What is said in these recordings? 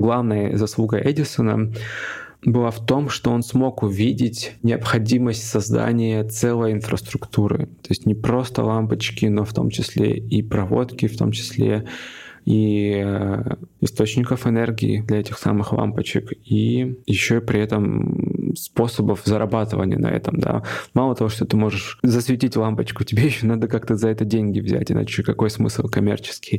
главной заслугой Эдисона была в том, что он смог увидеть необходимость создания целой инфраструктуры. То есть не просто лампочки, но в том числе и проводки, в том числе и источников энергии для этих самых лампочек, и еще и при этом способов зарабатывания на этом, да. Мало того, что ты можешь засветить лампочку, тебе еще надо как-то за это деньги взять, иначе какой смысл коммерческий?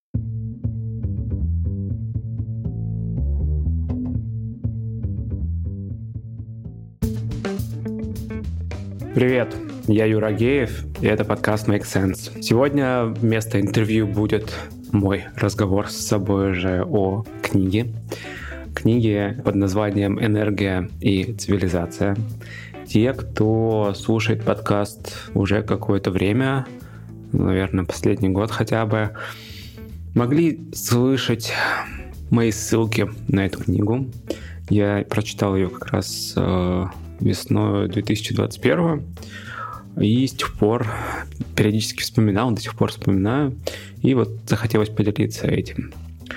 Привет, я Юра Геев, и это подкаст Make Sense. Сегодня вместо интервью будет мой разговор с собой же о книге. Книге под названием «Энергия и цивилизация». Те, кто слушает подкаст уже какое-то время, наверное, последний год хотя бы, могли слышать мои ссылки на эту книгу. Я прочитал ее как раз весной 2021 и с тех пор периодически вспоминал, до сих пор вспоминаю, и вот захотелось поделиться этим.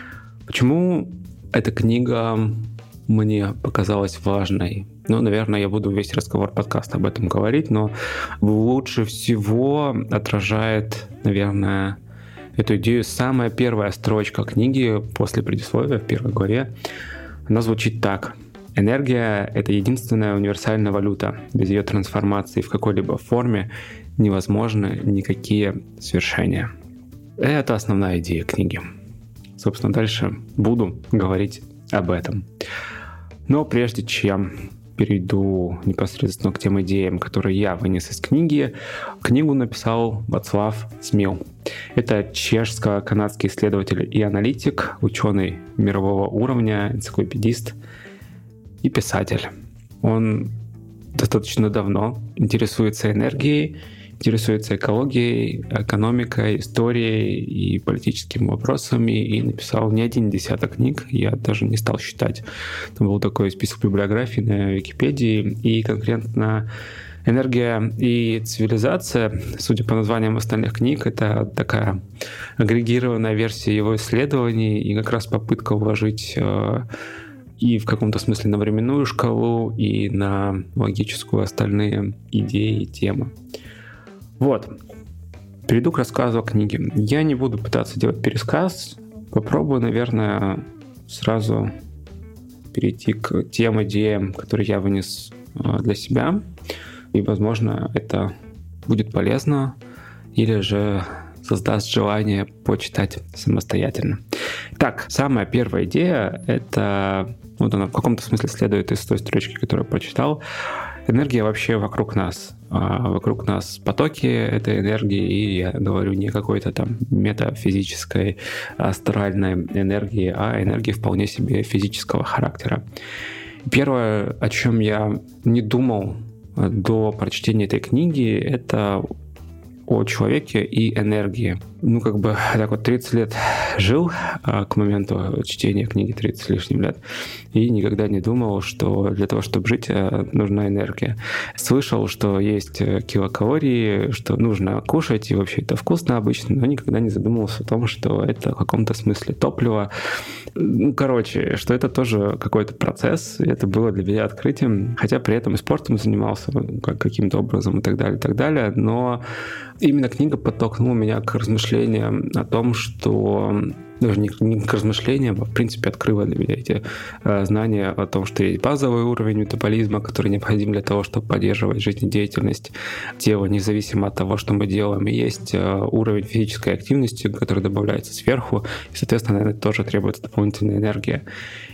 Почему эта книга мне показалась важной? Ну, наверное, я буду весь разговор подкаста об этом говорить, но лучше всего отражает, наверное, эту идею самая первая строчка книги после предисловия в первой главе. Она звучит так. Энергия — это единственная универсальная валюта. Без ее трансформации в какой-либо форме невозможны никакие свершения. Это основная идея книги. Собственно, дальше буду говорить об этом. Но прежде чем перейду непосредственно к тем идеям, которые я вынес из книги, книгу написал Вацлав Смил. Это чешско-канадский исследователь и аналитик, ученый мирового уровня, энциклопедист и писатель. Он достаточно давно интересуется энергией, интересуется экологией, экономикой, историей и политическими вопросами, и написал не один десяток книг, я даже не стал считать. Там был такой список библиографий на Википедии, и конкретно «Энергия и цивилизация», судя по названиям остальных книг, это такая агрегированная версия его исследований и как раз попытка уложить и в каком-то смысле на временную шкалу, и на логическую остальные идеи и темы. Вот. Перейду к рассказу о книге. Я не буду пытаться делать пересказ. Попробую, наверное, сразу перейти к тем идеям, которые я вынес для себя. И, возможно, это будет полезно или же создаст желание почитать самостоятельно. Так, самая первая идея — это, вот она в каком-то смысле следует из той строчки, которую я прочитал. Энергия вообще вокруг нас. Вокруг нас потоки этой энергии, и я говорю не какой-то там метафизической астральной энергии, а энергии вполне себе физического характера. Первое, о чем я не думал до прочтения этой книги, это о человеке и энергии. Ну, как бы так вот 30 лет жил к моменту чтения книги, 30 с лишним лет, и никогда не думал, что для того, чтобы жить, нужна энергия. Слышал, что есть килокалории, что нужно кушать, и вообще это вкусно обычно, но никогда не задумывался о том, что это в каком-то смысле топливо. Ну, короче, что это тоже какой-то процесс, и это было для меня открытием, хотя при этом и спортом занимался каким-то образом и так далее, но именно книга подтолкнула меня к размышлениям о том, что даже не к размышлениям, а в принципе открыла для меня эти знания о том, что есть базовый уровень метаболизма, который необходим для того, чтобы поддерживать жизнедеятельность тела, независимо от того, что мы делаем. И есть уровень физической активности, который добавляется сверху, и, соответственно, наверное, тоже требуется дополнительная энергия.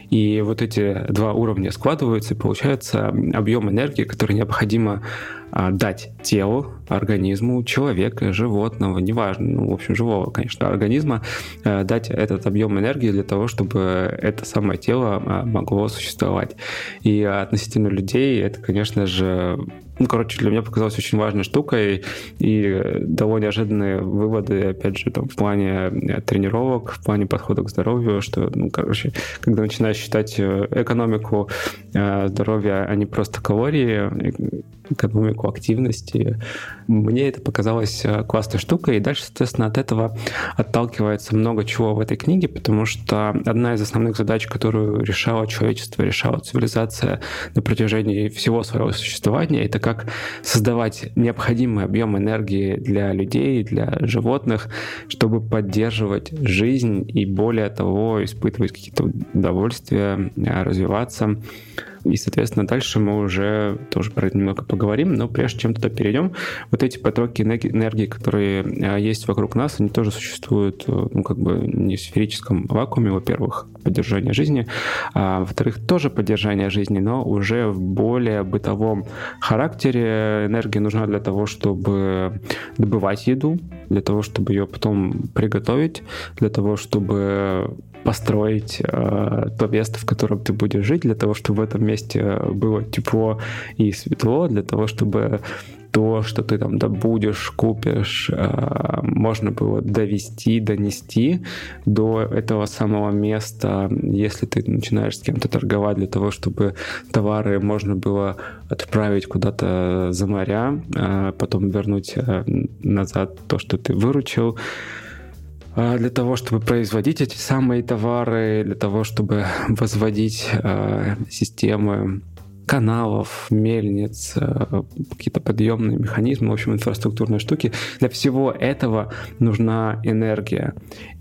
И вот эти два уровня складываются, и получается объем энергии, который необходимо дать телу, организму, человека, животного, неважно, ну, в общем, живого, конечно, организма, дать этот объем энергии для того, чтобы это самое тело могло существовать. И относительно людей это, конечно же, для меня показалось очень важной штукой и дало неожиданные выводы, опять же, там, в плане тренировок, в плане подхода к здоровью, что, когда начинаешь считать экономику здоровья, а не просто калории, экономику активности. Мне это показалось классной штукой, и дальше, соответственно, от этого отталкивается много чего в этой книге, потому что одна из основных задач, которую решало человечество, решала цивилизация на протяжении всего своего существования, это как создавать необходимый объем энергии для людей, для животных, чтобы поддерживать жизнь и, более того, испытывать какие-то удовольствия, развиваться. И, соответственно, дальше мы уже тоже про это немного поговорим, но прежде чем туда перейдем, вот эти потоки энергии, которые есть вокруг нас, они тоже существуют, не в сферическом вакууме, во-первых, поддержание жизни, а во-вторых, тоже поддержание жизни, но уже в более бытовом характере. Энергия нужна для того, чтобы добывать еду, для того, чтобы ее потом приготовить, для того, чтобы построить то место, в котором ты будешь жить, для того, чтобы в этом месте было тепло и светло, для того, чтобы то, что ты там добудешь, купишь, можно было донести до этого самого места. Если ты начинаешь с кем-то торговать, для того, чтобы товары можно было отправить куда-то за моря, потом вернуть назад то, что ты выручил, для того, чтобы производить эти самые товары, для того, чтобы возводить системы каналов, мельниц, какие-то подъемные механизмы, в общем, инфраструктурные штуки. Для всего этого нужна энергия.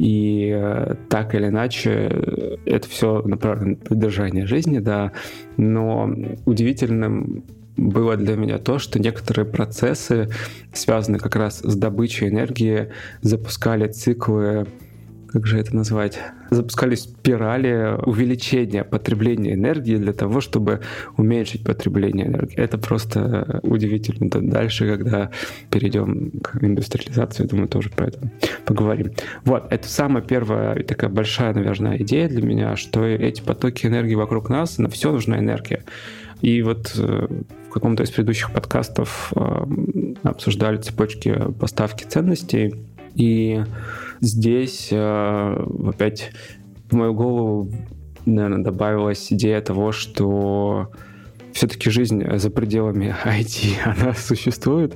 И так или иначе, это все направлено на поддержание жизни, да, но удивительным было для меня то, что некоторые процессы, связанные как раз с добычей энергии, запускали циклы, как же это назвать? Запускали спирали увеличения потребления энергии для того, чтобы уменьшить потребление энергии. Это просто удивительно. Дальше, когда перейдем к индустриализации, думаю, тоже про это поговорим. Вот, это самая первая такая большая, наверное, идея для меня, что эти потоки энергии вокруг нас, на все нужна энергия. И вот в каком-то из предыдущих подкастов обсуждали цепочки поставки ценностей, и здесь опять в мою голову, наверное, добавилась идея того, что все-таки жизнь за пределами IT, она существует,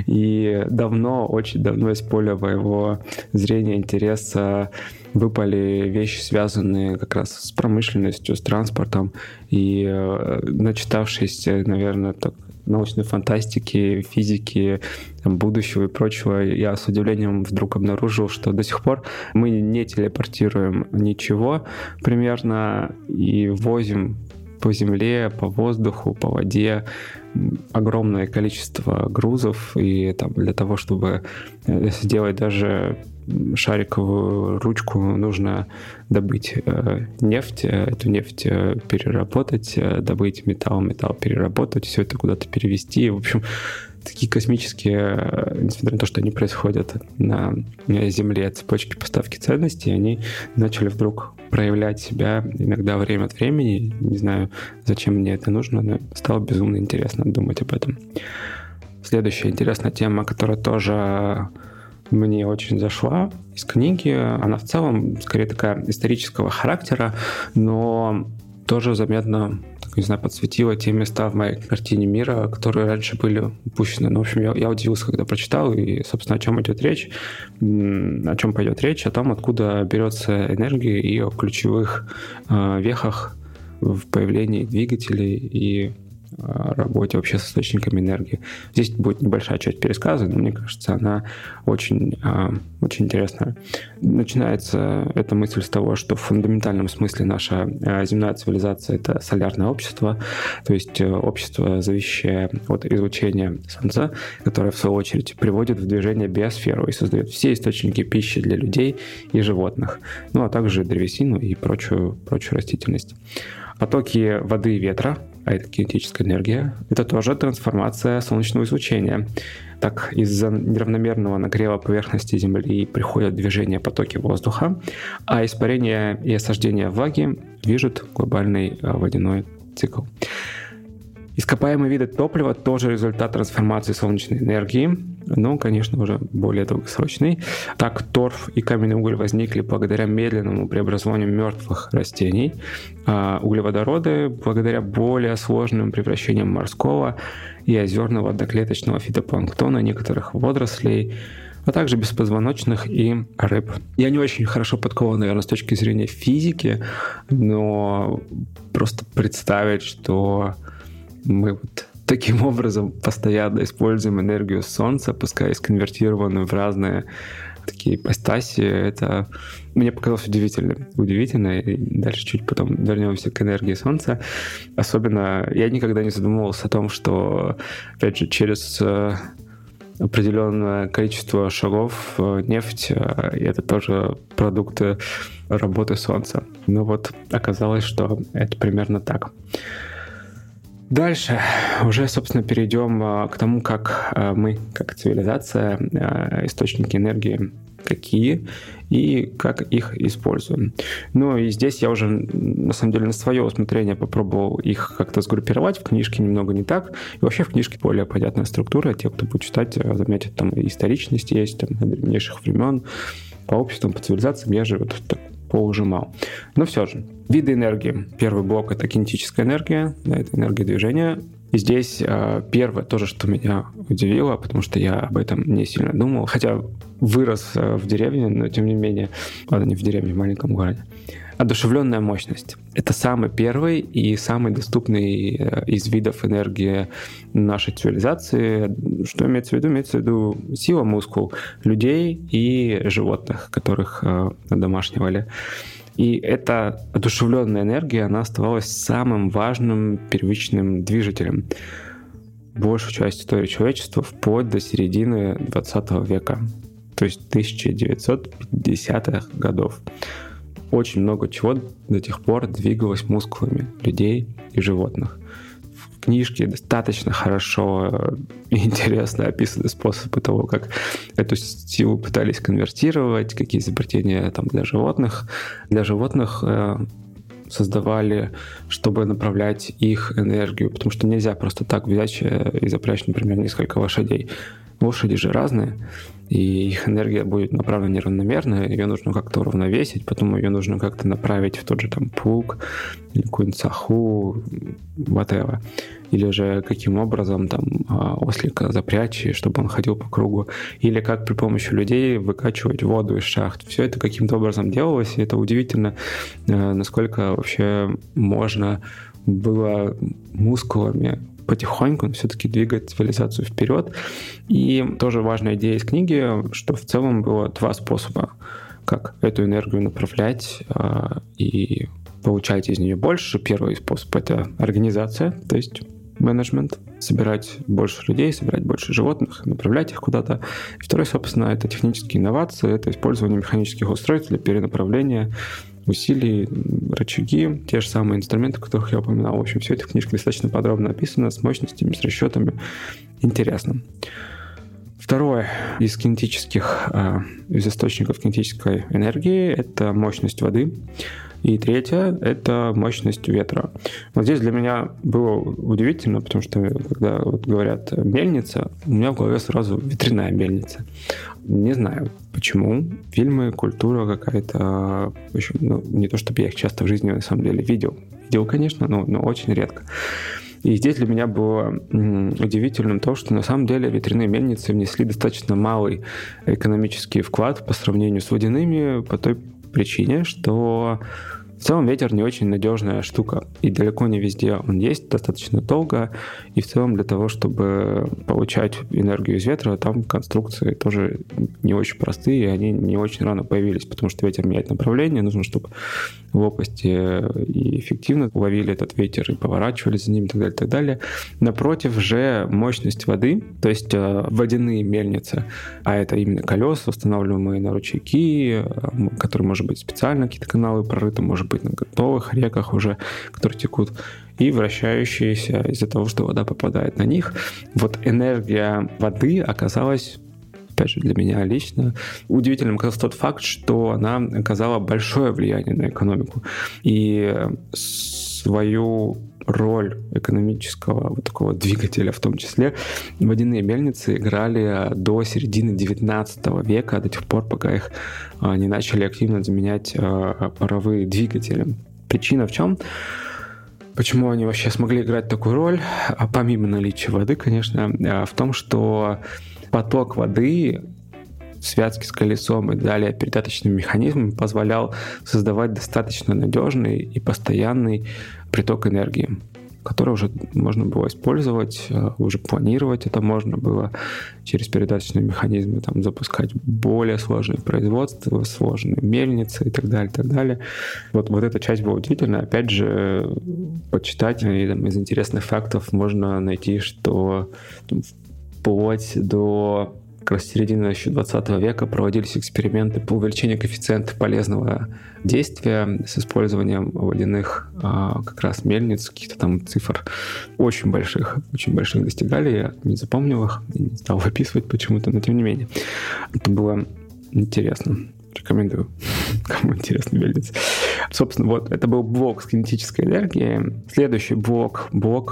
и давно, очень давно из поля моего зрения, интереса выпали вещи, связанные как раз с промышленностью, с транспортом, и начитавшись, наверное, так, научной фантастики, физики, будущего и прочего, я с удивлением вдруг обнаружил, что до сих пор мы не телепортируем ничего примерно и возим по земле, по воздуху, по воде огромное количество грузов, и там для того, чтобы сделать даже шариковую ручку, нужно добыть нефть, эту нефть переработать, добыть металл переработать, все это куда-то перевести. В общем, такие космические, несмотря на то, что они происходят на Земле, цепочки поставки ценностей, они начали вдруг проявлять себя иногда время от времени. Не знаю, зачем мне это нужно, но стало безумно интересно думать об этом. Следующая интересная тема, которая тоже мне очень зашла из книги, она в целом скорее такая исторического характера, но тоже заметно, не знаю, подсветила те места в моей картине мира, которые раньше были упущены. Ну, в общем, я удивился, когда прочитал, и, собственно, о чем идет речь. О чем пойдет речь? О том, откуда берется энергия, и о ключевых вехах в появлении двигателей и работе вообще с источниками энергии. Здесь будет небольшая часть пересказа, но мне кажется, она очень, очень интересная. Начинается эта мысль с того, что в фундаментальном смысле наша земная цивилизация — это солярное общество, то есть общество, зависящее от излучения Солнца, которое, в свою очередь, приводит в движение биосферу и создает все источники пищи для людей и животных, ну а также древесину и прочую растительность. Потоки воды и ветра, а это кинетическая энергия, это тоже трансформация солнечного излучения. Так, из-за неравномерного нагрева поверхности Земли приходят движения потоки воздуха, а испарение и осаждение влаги движут глобальный водяной цикл. Ископаемые виды топлива тоже результат трансформации солнечной энергии, но, конечно, уже более долгосрочный. Так, торф и каменный уголь возникли благодаря медленному преобразованию мертвых растений, а углеводороды благодаря более сложным превращениям морского и озерного одноклеточного фитопланктона, некоторых водорослей, а также беспозвоночных и рыб. Я не очень хорошо подкован, наверное, с точки зрения физики, но просто представить, что мы вот таким образом постоянно используем энергию Солнца, пускай сконвертированную в разные такие ипостаси, это мне показалось удивительно, и дальше чуть потом вернемся к энергии Солнца. Особенно я никогда не задумывался о том, что, опять же, через определенное количество шагов нефть — это тоже продукты работы Солнца. Но вот оказалось, что это примерно так. Дальше уже, собственно, перейдем к тому, как мы, как цивилизация, источники энергии какие и как их используем. Ну и здесь я уже, на самом деле, на свое усмотрение попробовал их как-то сгруппировать. В книжке немного не так. И вообще в книжке более понятная структура. Те, кто будет читать, заметят, там историчность есть, там, древнейших времен, по обществам, по цивилизациям. Я же вот так поужимал. Но все же. Виды энергии. Первый блок — это кинетическая энергия, да, это энергия движения. И здесь первое тоже, что меня удивило, потому что я об этом не сильно думал, хотя вырос в деревне, но тем не менее, ладно, не в деревне, в маленьком городе. Одушевленная мощность. Это самый первый и самый доступный из видов энергии нашей цивилизации. Что имеется в виду? Имеется в виду сила мускул людей и животных, которых одомашнивали. И эта одушевленная энергия, она оставалась самым важным первичным движителем большую часть истории человечества вплоть до середины 20 века, то есть 1950-х годов. Очень много чего до тех пор двигалось мускулами людей и животных. В книжке достаточно хорошо и интересно описаны способы того, как эту силу пытались конвертировать, какие изобретения там для животных. Для животных создавали, чтобы направлять их энергию, потому что нельзя просто так взять и запрячь, например, несколько лошадей. Лошади же разные, и их энергия будет направлена неравномерно, ее нужно как-то уравновесить, потом ее нужно как-то направить в тот же там плуг или какую-нибудь саху, whatever. Или же каким образом там ослика запрячь, чтобы он ходил по кругу. Или как при помощи людей выкачивать воду из шахт. Все это каким-то образом делалось, и это удивительно, насколько вообще можно было мускулами потихоньку, но все-таки двигать цивилизацию вперед. И тоже важная идея из книги, что в целом было два способа, как эту энергию направлять и получать из нее больше. Первый способ — это организация, то есть менеджмент, собирать больше людей, собирать больше животных, направлять их куда-то. И второй, собственно, это технические инновации, это использование механических устройств для перенаправления усилий, рычаги, те же самые инструменты, которых я упоминал. В общем, все это в книжке достаточно подробно описано, с мощностями, с расчетами. Интересно. Второе из источников кинетической энергии — это мощность воды. И третье — это мощность ветра. Вот здесь для меня было удивительно, потому что когда вот говорят «мельница», у меня в голове сразу ветряная мельница. Не знаю, почему. Фильмы, культура какая-то. В общем, не то чтобы я их часто в жизни на самом деле видел. Видел, конечно, но очень редко. И здесь для меня было удивительным то, что на самом деле ветряные мельницы внесли достаточно малый экономический вклад по сравнению с водяными по той причине, что в целом ветер не очень надежная штука, и далеко не везде он есть, достаточно долго, и в целом для того, чтобы получать энергию из ветра, там конструкции тоже не очень простые, и они не очень рано появились, потому что ветер меняет направление, нужно, чтобы лопасти и эффективно ловили этот ветер и поворачивали за ним и так далее, и так далее. Напротив же мощность воды, то есть водяные мельницы, а это именно колеса, устанавливаемые на ручейки, которые, может быть, специально какие-то каналы прорыты, может быть, на готовых реках уже, которые текут, и вращающиеся из-за того, что вода попадает на них. Вот энергия воды оказалась, опять же, для меня лично удивительным оказался тот факт, что она оказала большое влияние на экономику. И с свою роль экономического вот такого двигателя в том числе водяные мельницы играли до середины 19 века, до тех пор, пока их не начали активно заменять паровые двигатели. Причина в чем? Почему они вообще смогли играть такую роль, помимо наличия воды, конечно, в том, что поток воды в связке с колесом и далее передаточными механизмами позволял создавать достаточно надежный и постоянный приток энергии, который уже можно было использовать, уже планировать это можно было через передаточные механизмы, там, запускать более сложные производства, сложные мельницы и так далее, и так далее. Вот эта часть была удивительная. Опять же, почитать из интересных фактов можно найти, что вплоть до как раз середины еще 20 века проводились эксперименты по увеличению коэффициента полезного действия с использованием водяных как раз мельниц, каких-то там цифр очень больших достигали. Я не запомнил их, не стал выписывать почему-то, но тем не менее. Это было интересно. Рекомендую, кому интересно мельница. Собственно, вот это был блок с кинетической энергией. Следующий блок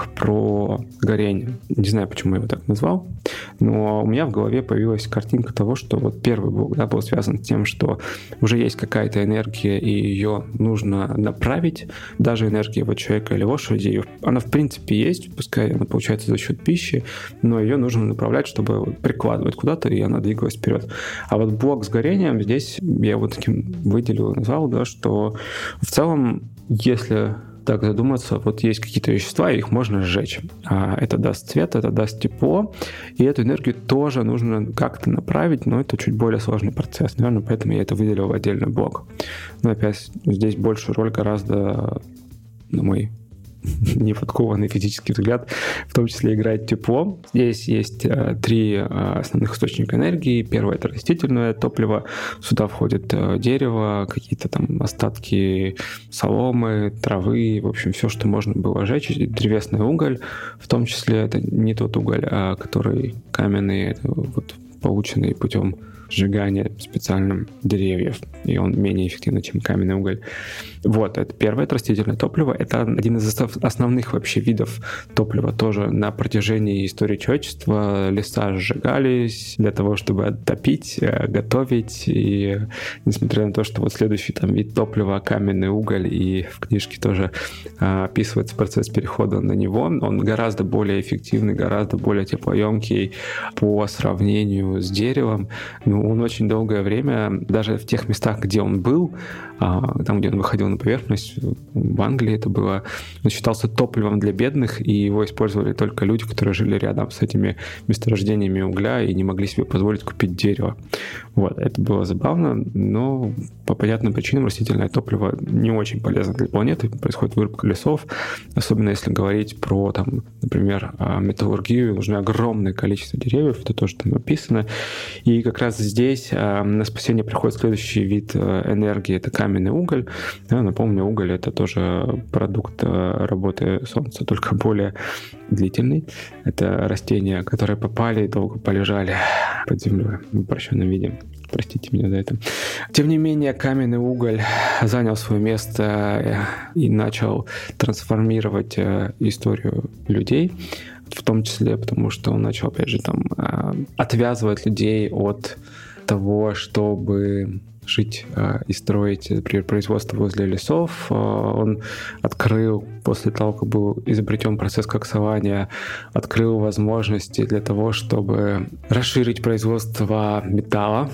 про горение. Не знаю, почему я его так назвал, но у меня в голове появилась картинка того, что вот первый блок был связан с тем, что уже есть какая-то энергия, и ее нужно направить. Даже энергия вот человека или лошади, она в принципе есть, пускай она получается за счет пищи, но ее нужно направлять, чтобы прикладывать куда-то, и она двигалась вперед. А вот блок с горением здесь я вот таким выделил и назвал, да, что в целом, если так задуматься, вот есть какие-то вещества, их можно сжечь. Это даст цвет, это даст тепло, и эту энергию тоже нужно как-то направить, но это чуть более сложный процесс. Наверное, поэтому я это выделил в отдельный блок. Но опять, здесь большую роль гораздо, на мой неподкованный физический взгляд, в том числе играет тепло. Здесь есть три основных источника энергии. Первое — это растительное топливо. Сюда входит дерево, какие-то там остатки соломы, травы, в общем, все, что можно было сжечь. Древесный уголь, в том числе, это не тот уголь, который каменный, это вот полученный путем сжигания специальным деревьев, и он менее эффективный, чем каменный уголь. Вот, это первое, это растительное топливо. Это один из основных вообще видов топлива тоже на протяжении истории человечества. Леса сжигались для того, чтобы оттопить, готовить, и несмотря на то, что вот следующий там вид топлива — каменный уголь, и в книжке тоже описывается процесс перехода на него, он гораздо более эффективный, гораздо более теплоемкий по сравнению с деревом. Ну, он очень долгое время, даже в тех местах, где он был, там, где он выходил на поверхность, в Англии это было, он считался топливом для бедных, и его использовали только люди, которые жили рядом с этими месторождениями угля и не могли себе позволить купить дерево. Вот, это было забавно, но по понятным причинам растительное топливо не очень полезно для планеты. Происходит вырубка лесов, особенно если говорить про, там, например, металлургию, нужно огромное количество деревьев, это тоже там описано. И как раз здесь на спасение приходит следующий вид энергии, это каменный уголь. Да, напомню, уголь — это тоже продукт работы Солнца, только более длительный. Это растения, которые попали и долго полежали под землей в упрощенном виде. Простите меня за это. Тем не менее, каменный уголь занял свое место и начал трансформировать историю людей, в том числе потому, что он начал, опять же, там, отвязывать людей от того, чтобы жить и строить производство возле лесов. Он открыл, после того, как был изобретен процесс коксования, открыл возможности для того, чтобы расширить производство металла.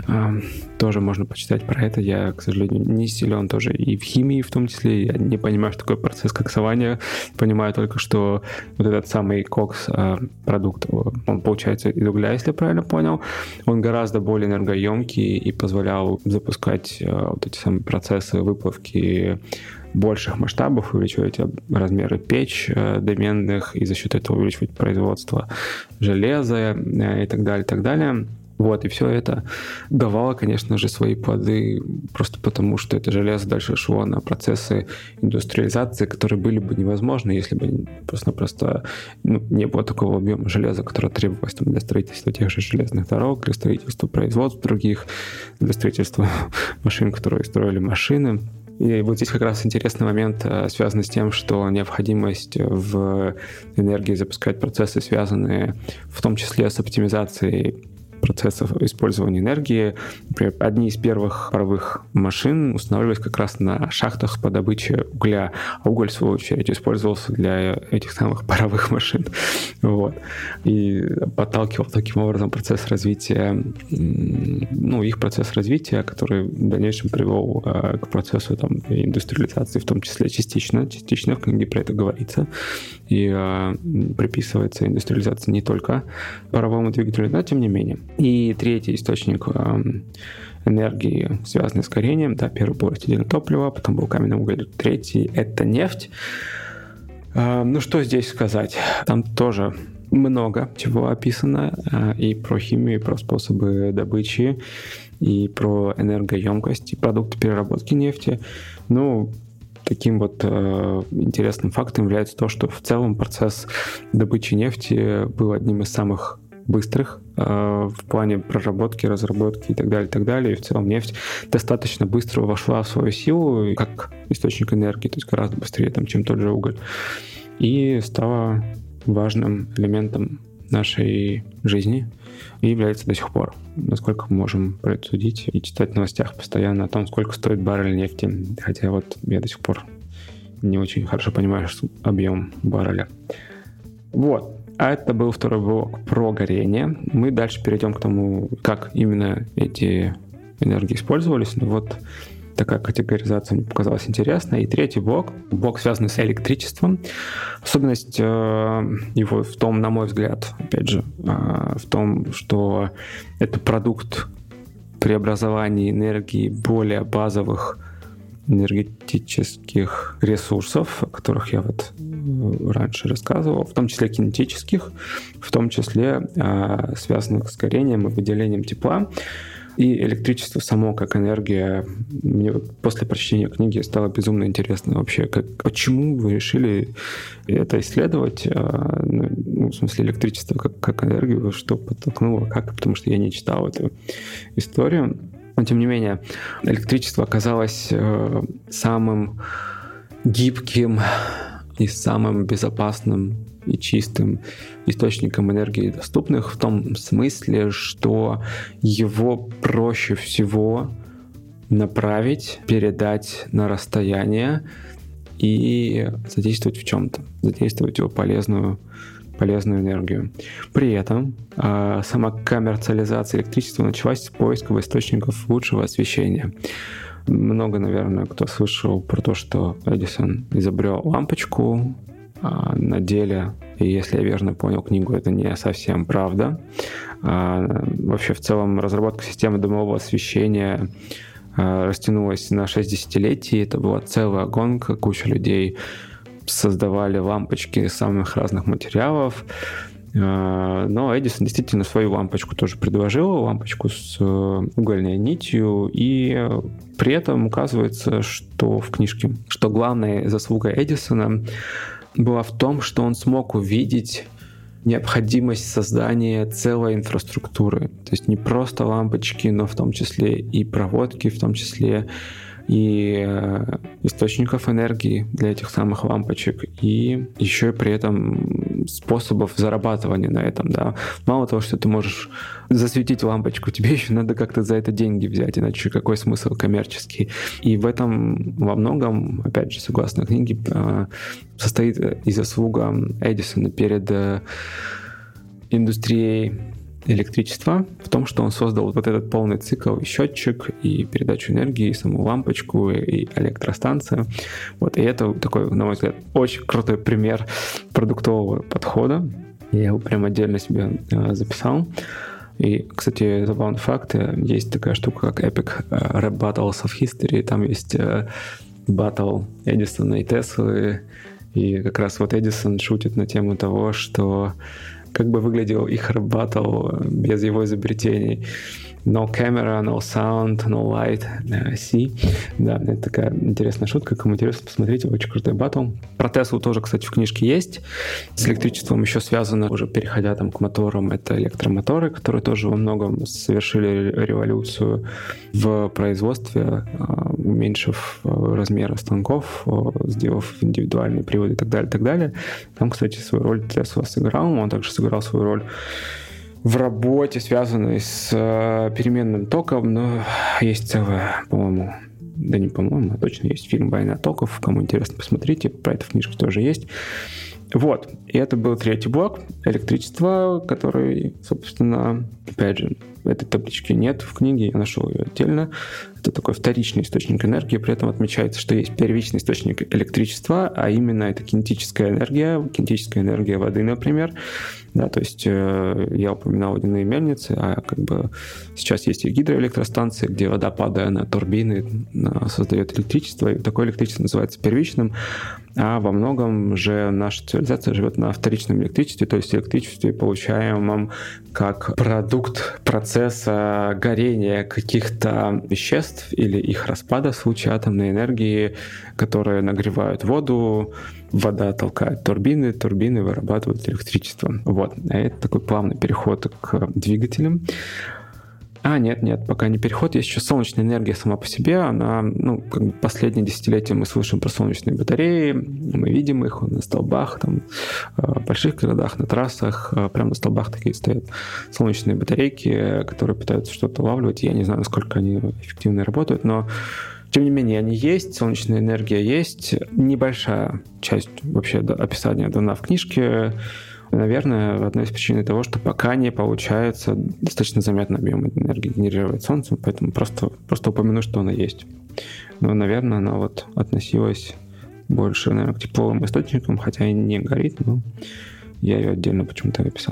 Тоже можно почитать про это. Я, к сожалению, не силен тоже и в химии в том числе. Я не понимаю, что такое процесс коксования. Понимаю только, что вот этот самый кокс, продукт, он получается из угля, если я правильно понял. Он гораздо более энергоемкий и позволял запускать вот эти самые процессы выплавки больших масштабов, увеличивать размеры печ доменных и за счет этого увеличивать производство железа и так далее, и так далее. Вот, и все это давало, конечно же, свои плоды просто потому, что это железо дальше шло на процессы индустриализации, которые были бы невозможны, если бы просто-напросто не было такого объема железа, которое требовалось там, для строительства тех же железных дорог, для строительства производств других, для строительства машин, которые строили машины. И вот здесь как раз интересный момент, связанный с тем, что необходимость в энергии запускать процессы, связанные в том числе с оптимизацией процессов использования энергии. Например, одни из первых паровых машин устанавливались как раз на шахтах по добыче угля, а уголь, в свою очередь, использовался для этих самых паровых машин. Вот. И подталкивал таким образом процесс развития, их процесс развития, который в дальнейшем привел к процессу индустриализации, в том числе частично в книге про это говорится, и приписывается индустриализация не только паровому двигателю, но тем не менее. И третий источник энергии, связанный с горением, первый был растительное топливо, потом был каменный уголь, третий — это нефть. Что здесь сказать? Там тоже много чего описано, и про химию, и про способы добычи, и про энергоемкость, и продукты переработки нефти. Таким интересным фактом является то, что в целом процесс добычи нефти был одним из самых быстрых в плане проработки, разработки и так далее. И в целом нефть достаточно быстро вошла в свою силу как источник энергии, то есть гораздо быстрее, чем тот же уголь. И стала важным элементом нашей жизни и является до сих пор. Насколько мы можем предсудить и читать в новостях постоянно о том, сколько стоит баррель нефти. Хотя я до сих пор не очень хорошо понимаю объем барреля. А это был второй блок про горение. Мы дальше перейдем к тому, как именно эти энергии использовались. Такая категоризация мне показалась интересной. И третий блок, связанный с электричеством. Особенность его в том, на мой взгляд, опять же, в том, что это продукт преобразования энергии более базовых энергетических ресурсов, о которых я раньше рассказывал, в том числе кинетических, в том числе связанных с горением и выделением тепла. И электричество само как энергия, мне после прочтения книги стало безумно интересно вообще, почему вы решили это исследовать, в смысле электричество как энергию, что подтолкнуло, потому что я не читал эту историю. Но тем не менее, электричество оказалось самым гибким и самым безопасным и чистым источником энергии доступных, в том смысле, что его проще всего направить, передать на расстояние и задействовать в чем-то, задействовать его полезную энергию. При этом сама коммерциализация электричества началась с поиска источников лучшего освещения. Много, наверное, кто слышал про то, что Эдисон изобрел лампочку. На деле, и если я верно понял книгу, это не совсем правда. Вообще, в целом, разработка системы дымового освещения растянулась на 6 десятилетий. Это была целая гонка, куча людей создавали лампочки из самых разных материалов. Но Эдисон действительно свою лампочку тоже предложил, лампочку с угольной нитью, и при этом указывается, что в книжке, что главная заслуга Эдисона была в том, что он смог увидеть необходимость создания целой инфраструктуры. То есть не просто лампочки, но в том числе и проводки, в том числе и источников энергии для этих самых лампочек, и еще и при этом способов зарабатывания на этом, да. Мало того, что ты можешь засветить лампочку, тебе еще надо как-то за это деньги взять, иначе какой смысл коммерческий. И в этом во многом, опять же, согласно книге, состоит и заслуга Эдисона перед индустрией электричества в том, что он создал вот этот полный цикл, и счетчик, и передачу энергии, и саму лампочку, и электростанцию. И это такой, на мой взгляд, очень крутой пример продуктового подхода. Я его прям отдельно себе записал. И, кстати, забавный факт, есть такая штука, как Epic Rap Battles of History, там есть батл Эдисона и Теслы, и как раз Эдисон шутит на тему того, что как бы выглядел их рэп-баттл без его изобретений. No camera, no sound, no light, see. Да, это такая интересная шутка. Кому интересно, посмотрите, очень крутой батл. Про Теслу тоже, кстати, в книжке есть. С электричеством еще связано, уже переходя там к моторам, это электромоторы, которые тоже во многом совершили революцию в производстве, уменьшив размеры станков, сделав индивидуальные приводы и так далее, и так далее. Там, кстати, свою роль Тесла сыграл. Он также сыграл свою роль в работе, связанной с переменным током, но есть целая, по-моему, да не по-моему, а точно есть фильм «Война токов». Кому интересно, посмотрите, про это в книжке тоже есть. Вот, и это был третий блок. Электричество, который, собственно, опять же, этой таблички нет в книге, я нашел ее отдельно. Это такой вторичный источник энергии, при этом отмечается, что есть первичный источник электричества, а именно это кинетическая энергия воды, например. Да, то есть я упоминал водяные мельницы, а как бы сейчас есть и гидроэлектростанции, где вода, падая на турбины, создает электричество, и такое электричество называется первичным, а во многом же наша цивилизация живет на вторичном электричестве, то есть электричестве, получаемом как продукт процесса горения каких-то веществ или их распада в случае атомной энергии, которые нагревают воду, вода толкает турбины, турбины вырабатывают электричество. Вот. А это такой плавный переход к двигателям. Нет, пока не переход. Есть еще солнечная энергия сама по себе. Она, как бы последние десятилетия мы слышим про солнечные батареи, мы видим их на столбах, там, в больших городах, на трассах, прямо на столбах такие стоят солнечные батарейки, которые пытаются что-то улавливать. Я не знаю, насколько они эффективно работают, но тем не менее, они есть, солнечная энергия есть. Небольшая часть вообще описания дана в книжке. Наверное, одна из причин того, что пока не получается достаточно заметный объем энергии генерировать солнцем, поэтому просто упомяну, что она есть. Но, наверное, она вот относилась больше, наверное, к тепловым источникам, хотя и не горит, но я ее отдельно почему-то написал.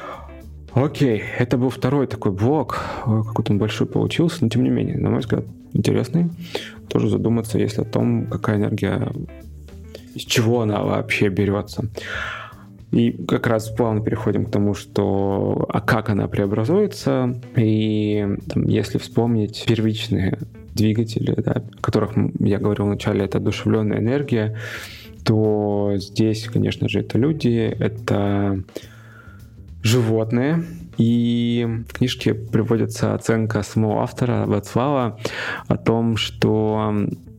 Окей, это был второй такой блок, какой-то он большой получился, но тем не менее, на мой взгляд, интересный. Тоже задуматься, если о том, какая энергия, из чего она вообще берется. И как раз плавно переходим к тому, что как она преобразуется. И если вспомнить первичные двигатели, да, о которых я говорил вначале, это одушевленная энергия, то здесь, конечно же, это люди, это животные. И в книжке приводится оценка самого автора Вацлава о том, что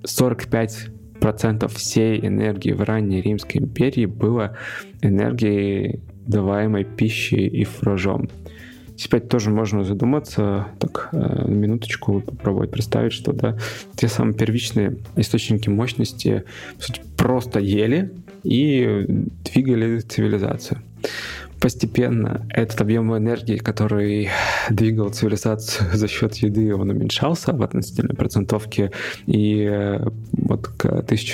45% всей энергии в ранней Римской империи было энергией, даваемой пищей и фуражом. Теперь тоже можно задуматься, так, на минуточку попробовать представить, что да, те самые первичные источники мощности, по сути, просто ели и двигали цивилизацию. Постепенно этот объем энергии, который двигал цивилизацию за счет еды, он уменьшался в относительной процентовке, и вот к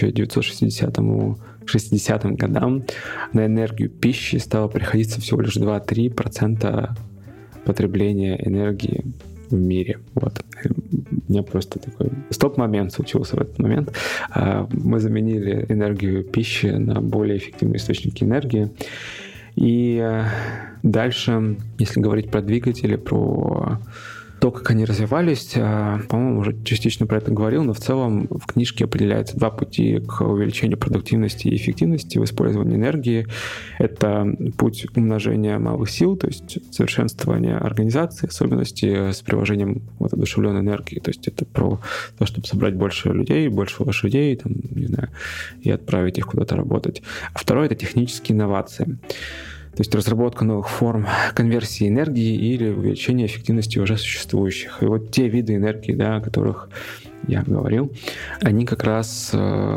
1960 годам на энергию пищи стало приходиться всего лишь 2-3% потребления энергии в мире. Вот. У меня просто такой стоп-момент случился в этот момент. Мы заменили энергию пищи на более эффективные источники энергии. И дальше, если говорить про двигатели, про то, как они развивались, по-моему, уже частично про это говорил, но в целом в книжке определяется два пути к увеличению продуктивности и эффективности в использовании энергии. Это путь умножения малых сил, то есть совершенствование организации, особенности с приложением одушевленной энергии. То есть это про то, чтобы собрать больше людей, больше лошадей, там, не знаю, и отправить их куда-то работать. А второе — это технические инновации. То есть разработка новых форм конверсии энергии или увеличения эффективности уже существующих. И вот те виды энергии, да, о которых я говорил, они как раз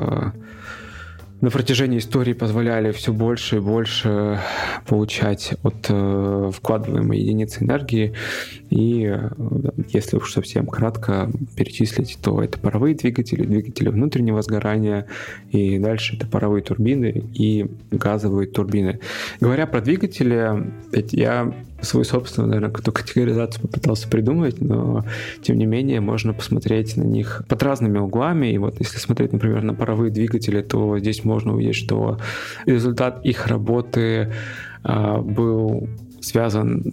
на протяжении истории позволяли все больше и больше получать от вкладываемой единицы энергии. И если уж совсем кратко перечислить, то это паровые двигатели, двигатели внутреннего сгорания, и дальше это паровые турбины и газовые турбины. Говоря про двигатели, я свою собственную, наверное, какую-то категоризацию попытался придумать, но тем не менее можно посмотреть на них под разными углами. И вот если смотреть, например, на паровые двигатели, то здесь можно увидеть, что результат их работы был связан с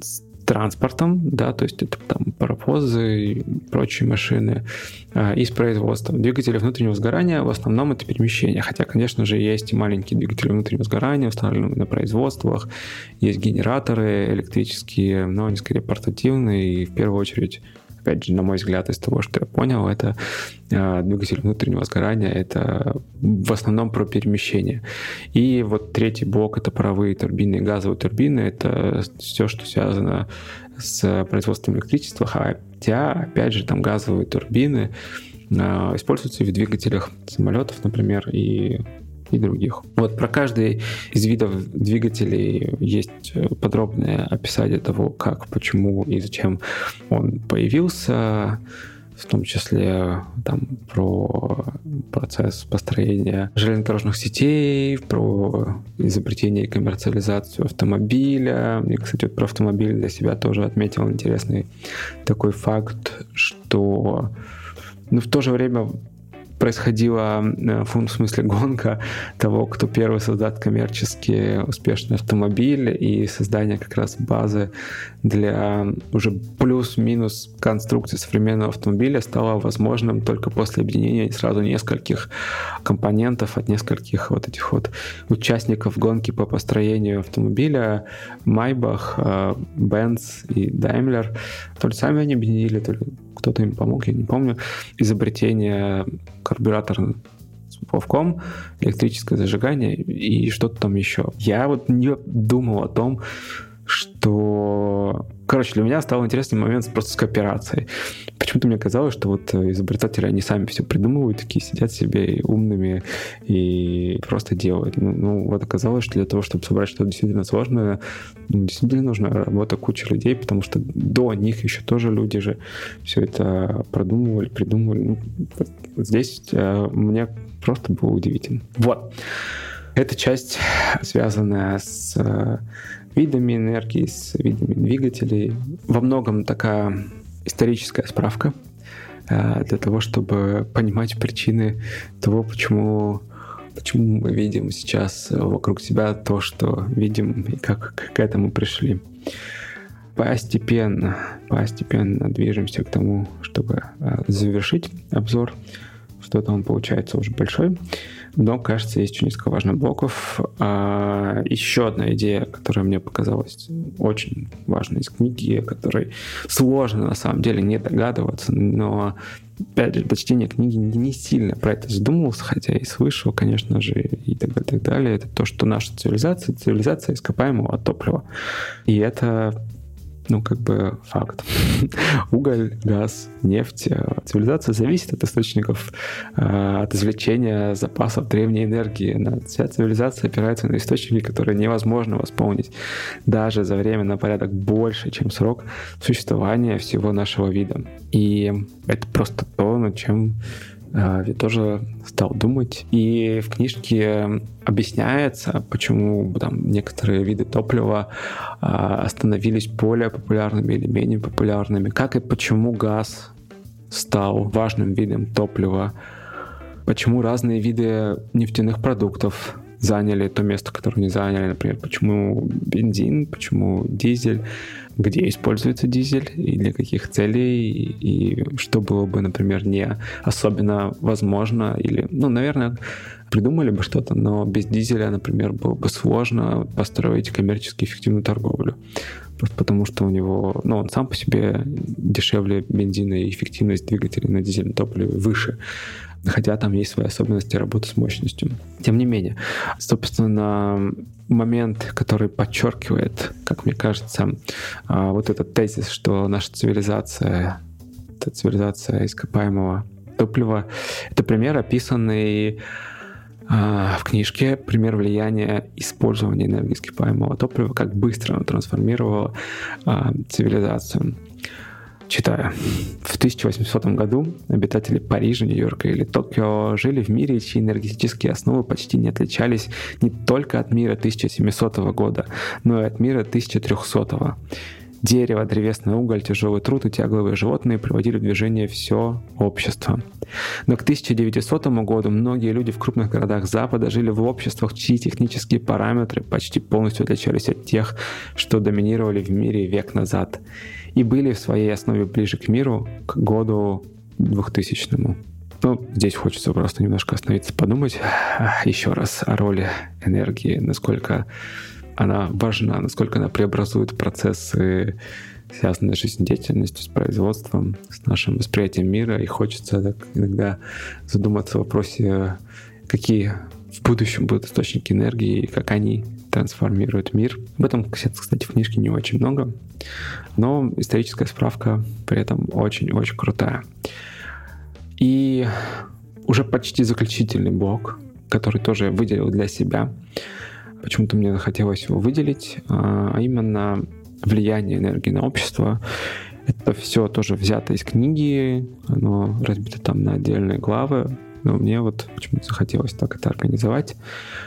транспортом, да, то есть это там паровозы и прочие машины, и с производством. Двигатели внутреннего сгорания в основном это перемещение, хотя, конечно же, есть и маленькие двигатели внутреннего сгорания, установленные на производствах, есть генераторы электрические, но они скорее портативные, и в первую очередь, опять же, на мой взгляд, из того, что я понял, это двигатель внутреннего сгорания, это в основном про перемещение. И вот третий блок — это паровые турбины и газовые турбины, это все, что связано с производством электричества, хотя, опять же, там газовые турбины используются в двигателях самолетов, например, и других. Вот про каждый из видов двигателей есть подробное описание того, как, почему и зачем он появился, в том числе там про процесс построения железнодорожных сетей, про изобретение и коммерциализацию автомобиля. Я, кстати, вот про автомобиль для себя тоже отметил интересный такой факт, что в то же время происходила, в смысле, гонка того, кто первый создаст коммерчески успешный автомобиль, и создание как раз базы для уже плюс-минус конструкции современного автомобиля стало возможным только после объединения сразу нескольких компонентов от нескольких вот этих вот участников гонки по построению автомобиля: Maybach, Benz и Daimler. То ли сами они объединили, то ли кто-то им помог, я не помню. Изобретение карбюратора с поплавком, электрическое зажигание и что-то там еще. Я вот не думал о том, что... Короче, для меня стал интересный момент просто с кооперацией. Почему-то мне казалось, что вот изобретатели, они сами все придумывают, такие сидят себе умными и просто делают. Ну, вот оказалось, что для того, чтобы собрать что-то действительно сложное, действительно нужна работа кучи людей, потому что до них еще тоже люди же все это продумывали, придумывали. Вот здесь мне просто было удивительно. Вот. Эта часть, связанная с видами энергии, с видами двигателей, во многом такая историческая справка для того, чтобы понимать причины того, почему мы видим сейчас вокруг себя то, что видим, и как к этому пришли. Постепенно движемся к тому, чтобы завершить обзор. Что-то он получается уже большой. Но, кажется, есть еще несколько важных блоков. Еще одна идея, которая мне показалась очень важной из книги, о которой сложно на самом деле не догадываться, но, опять же, по чтению книги не сильно про это задумывался, хотя и слышал, конечно же, и так далее. Это то, что наша цивилизация ископаемого топлива. И это... факт. Уголь, газ, нефть. Цивилизация зависит от источников, от извлечения запасов древней энергии. Вся цивилизация опирается на источники, которые невозможно восполнить даже за время на порядок больше, чем срок существования всего нашего вида. И это просто то, над чем я тоже стал думать. И в книжке объясняется, почему там некоторые виды топлива становились более популярными или менее популярными, как и почему газ стал важным видом топлива, почему разные виды нефтяных продуктов заняли то место, которое не заняли, например, почему бензин, почему дизель, где используется дизель и для каких целей, и что было бы, например, не особенно возможно, или, наверное, придумали бы что-то, но без дизеля, например, было бы сложно построить коммерчески эффективную торговлю. Просто потому что у него, он сам по себе дешевле бензина, и эффективность двигателей на дизельном топливе выше. Хотя там есть свои особенности работы с мощностью. Тем не менее, собственно, момент, который подчеркивает, как мне кажется, вот этот тезис, что наша цивилизация — это цивилизация ископаемого топлива, это пример, описанный в книжке, пример влияния использования энергии ископаемого топлива, как быстро оно трансформировало цивилизацию. Читаю. В 1800 году обитатели Парижа, Нью-Йорка или Токио жили в мире, чьи энергетические основы почти не отличались не только от мира 1700 года, но и от мира 1300. Дерево, древесный уголь, тяжелый труд и тягловые животные приводили в движение все общество. Но к 1900 году многие люди в крупных городах Запада жили в обществах, чьи технические параметры почти полностью отличались от тех, что доминировали в мире век назад, и были в своей основе ближе к миру к году 2000-му. Здесь хочется просто немножко остановиться, подумать еще раз о роли энергии, насколько она важна, насколько она преобразует процессы, связанные с жизнедеятельностью, с производством, с нашим восприятием мира. И хочется так иногда задуматься о вопросе, какие в будущем будут источники энергии и как они трансформируют мир. Об этом, кстати, в книжке не очень много, но историческая справка при этом очень-очень крутая. И уже почти заключительный блок, который тоже я выделил для себя, почему-то мне захотелось его выделить, а именно влияние энергии на общество. Это все тоже взято из книги, оно разбито там на отдельные главы, но мне вот почему-то захотелось так это организовать.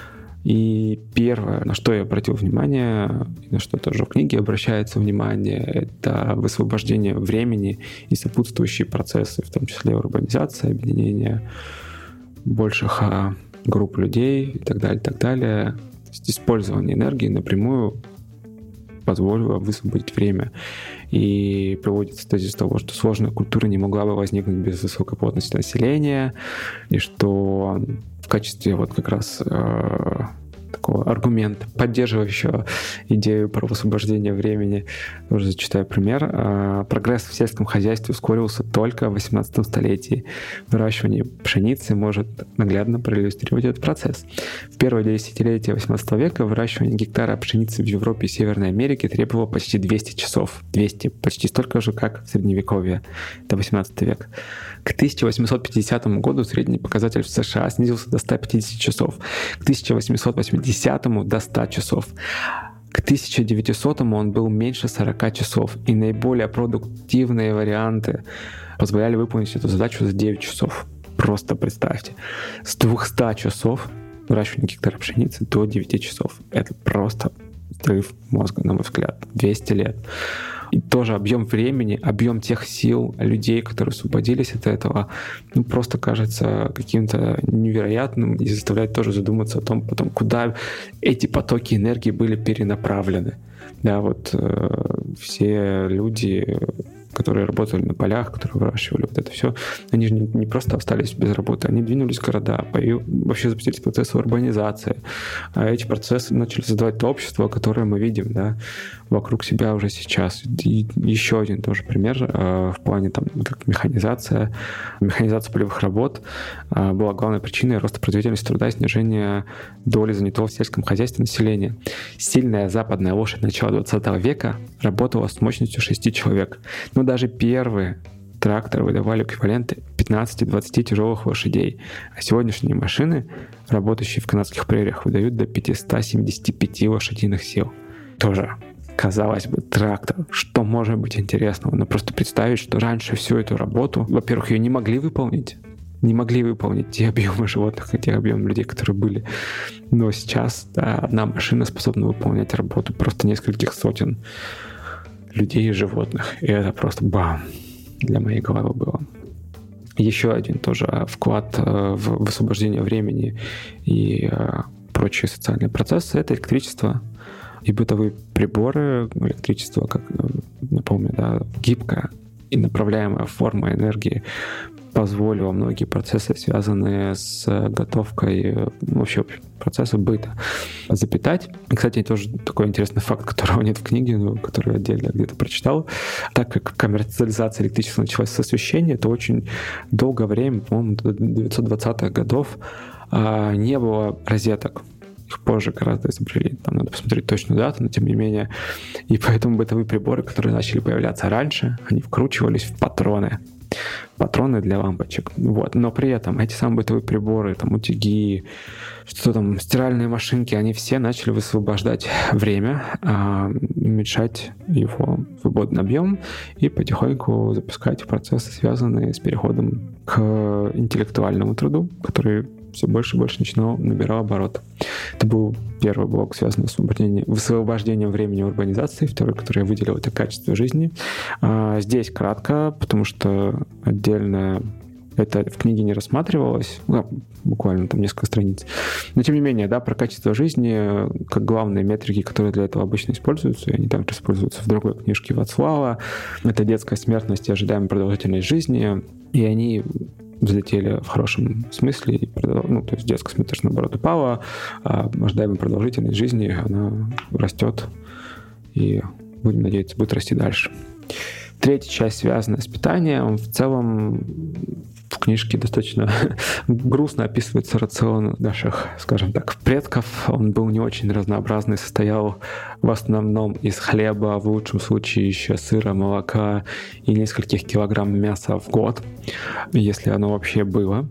И первое, на что я обратил внимание, и на что тоже в книге обращается внимание, это высвобождение времени и сопутствующие процессы, в том числе урбанизация, объединение больших групп людей и так далее, так далее. То есть использование энергии напрямую позволило высвободить время. И приводится тезис того, что сложная культура не могла бы возникнуть без высокой плотности населения, и что в качестве вот как раз такого аргумента, поддерживающего идею про высвобождение времени, тоже зачитаю пример. Прогресс в сельском хозяйстве ускорился только в 18 столетии. Выращивание пшеницы может наглядно проиллюстрировать этот процесс. В первое десятилетие 18 века выращивание гектара пшеницы в Европе и Северной Америке требовало почти 200 часов. 200, почти столько же, как в Средневековье. Это 18 век. К 1850 году средний показатель в США снизился до 150 часов. К 1880-му до 100 часов. К 1900-му он был меньше 40 часов. И наиболее продуктивные варианты позволяли выполнить эту задачу за 9 часов. Просто представьте. С 200 часов выращивания гектара пшеницы до 9 часов. Это просто взрыв мозга, на мой взгляд. 200 лет. И тоже объем времени, объем тех сил людей, которые освободились от этого, просто кажется каким-то невероятным и заставляет тоже задуматься о том, потом, куда эти потоки энергии были перенаправлены. Да, вот все люди, которые работали на полях, которые выращивали вот это все, они же не просто остались без работы, они двинулись в города, вообще запустились процессы урбанизации. А эти процессы начали создавать то общество, которое мы видим, да, вокруг себя уже сейчас. И еще один тоже пример в плане там, как механизация полевых работ была главной причиной роста производительности труда и снижения доли занятого в сельском хозяйстве населения. Сильная западная лошадь начала 20 века работала с мощностью 6 человек. Но даже первые тракторы выдавали эквиваленты 15-20 тяжелых лошадей. А сегодняшние машины, работающие в канадских прериях, выдают до 575 лошадиных сил. Тоже, казалось бы, трактор. Что может быть интересного? Но просто представить, что раньше всю эту работу, во-первых, ее не могли выполнить те объемы животных и те объемы людей, которые были. Но сейчас одна машина способна выполнять работу просто нескольких сотен людей и животных. И это просто бам! Для моей головы было. Еще один тоже вклад в высвобождение времени и прочие социальные процессы — это электричество и бытовые приборы. Электричество, как напомню, да, гибкая и направляемая форма энергии позволила многие процессы, связанные с готовкой, вообще процессы быта, запитать. И, кстати, тоже такой интересный факт, которого нет в книге, но который я отдельно где-то прочитал. Так как коммерциализация электричества началась с освещения, то очень долгое время, по-моему, до 1920-х годов не было розеток. Их позже гораздо изобрели. Там надо посмотреть точную дату, но тем не менее. И поэтому бытовые приборы, которые начали появляться раньше, они вкручивались в патроны для лампочек. Вот. Но при этом эти самые бытовые приборы, там, утюги, что там, стиральные машинки, они все начали высвобождать время, уменьшать его свободный объем и потихоньку запускать процессы, связанные с переходом к интеллектуальному труду, который все больше и больше набирал оборот. Это был первый блок, связанный с высвобождением времени урбанизации. Второй, который я выделил, это качество жизни. Здесь кратко, потому что отдельно это в книге не рассматривалось, буквально там несколько страниц. Но тем не менее, да, про качество жизни, как главные метрики, которые для этого обычно используются, и они также используются в другой книжке Вацлава, это детская смертность и ожидаемая продолжительность жизни, и они взлетели в хорошем смысле, то есть детская смертность, наоборот, упала, а ожидаемая продолжительность жизни, она растет, и, будем надеяться, будет расти дальше. Третья часть, связанная с питанием, в целом в книжке достаточно грустно описывается рацион наших, скажем так, предков. Он был не очень разнообразный, состоял в основном из хлеба, в лучшем случае еще сыра, молока и нескольких килограмм мяса в год, если оно вообще было.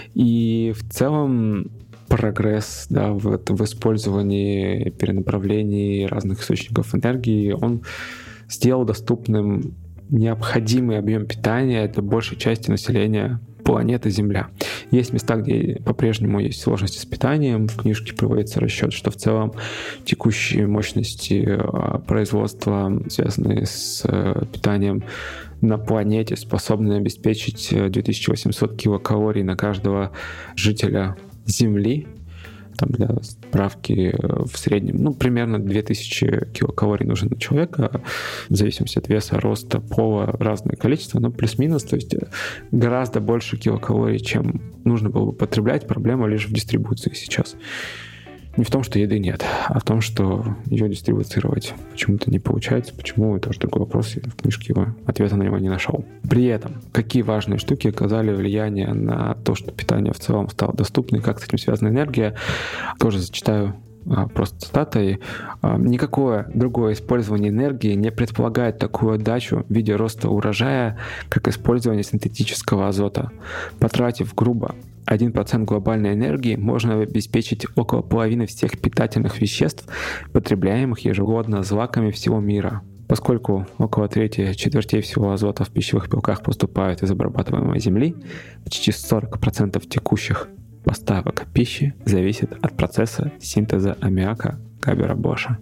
И в целом прогресс, да, в использовании, перенаправлении разных источников энергии, он сделал доступным необходимый объем питания для большей части населения планеты Земля. Есть места, где по-прежнему есть сложности с питанием. В книжке проводится расчет, что в целом текущие мощности производства, связанные с питанием на планете, способны обеспечить 2800 килокалорий на каждого жителя Земли. Там для справки в среднем, примерно 2000 килокалорий нужно на человека, в зависимости от веса, роста, пола, разное количество, но плюс-минус, то есть гораздо больше килокалорий, чем нужно было бы потреблять. Проблема лишь в дистрибуции сейчас. Не в том, что еды нет, а в том, что ее дистрибуцировать почему-то не получается. Почему? Это уже такой вопрос, я в книжке ответа на него не нашел. При этом, какие важные штуки оказали влияние на то, что питание в целом стало доступным, как с этим связана энергия, тоже зачитаю просто цитатой. Никакое другое использование энергии не предполагает такую отдачу в виде роста урожая, как использование синтетического азота. Потратив грубо 1% глобальной энергии, можно обеспечить около половины всех питательных веществ, потребляемых ежегодно злаками всего мира. Поскольку около четвертей всего азота в пищевых белках поступают из обрабатываемой земли, почти 40% текущих поставок пищи зависит от процесса синтеза аммиака Габера-Боша.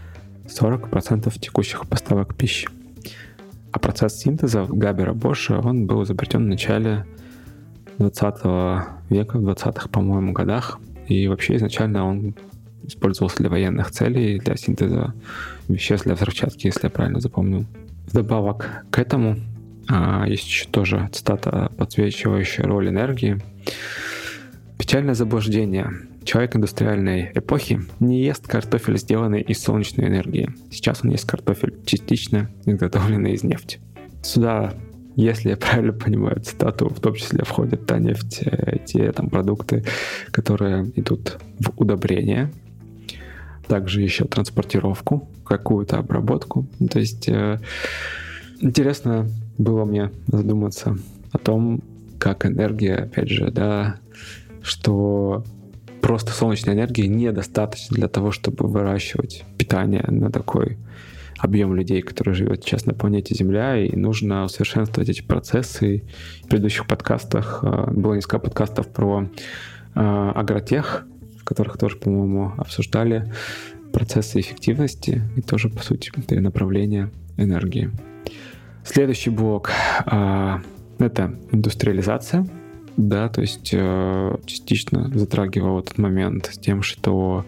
40% текущих поставок пищи. А процесс синтеза Габера-Боша, он был изобретен в начале 20 века, в 20-х, по-моему, годах. И вообще изначально он использовался для военных целей, для синтеза веществ для взрывчатки, если я правильно запомнил. Вдобавок к этому есть еще тоже цитата, подсвечивающая роль энергии. Печальное заблуждение. Человек индустриальной эпохи не ест картофель, сделанный из солнечной энергии. Сейчас он ест картофель, частично изготовленный из нефти. Сюда, если я правильно понимаю цитату, в том числе входит та нефть, те там продукты, которые идут в удобрение, также еще транспортировку, какую-то обработку. То есть интересно было мне задуматься о том, как энергия, опять же, да, что просто солнечной энергии недостаточно для того, чтобы выращивать питание на такой объем людей, который живет сейчас на планете Земля, и нужно усовершенствовать эти процессы. В предыдущих подкастах было несколько подкастов про агротех, в которых тоже, по-моему, обсуждали процессы эффективности и тоже, по сути, перенаправление энергии. Следующий блок — это индустриализация. Да, то есть частично затрагивал этот момент с тем, что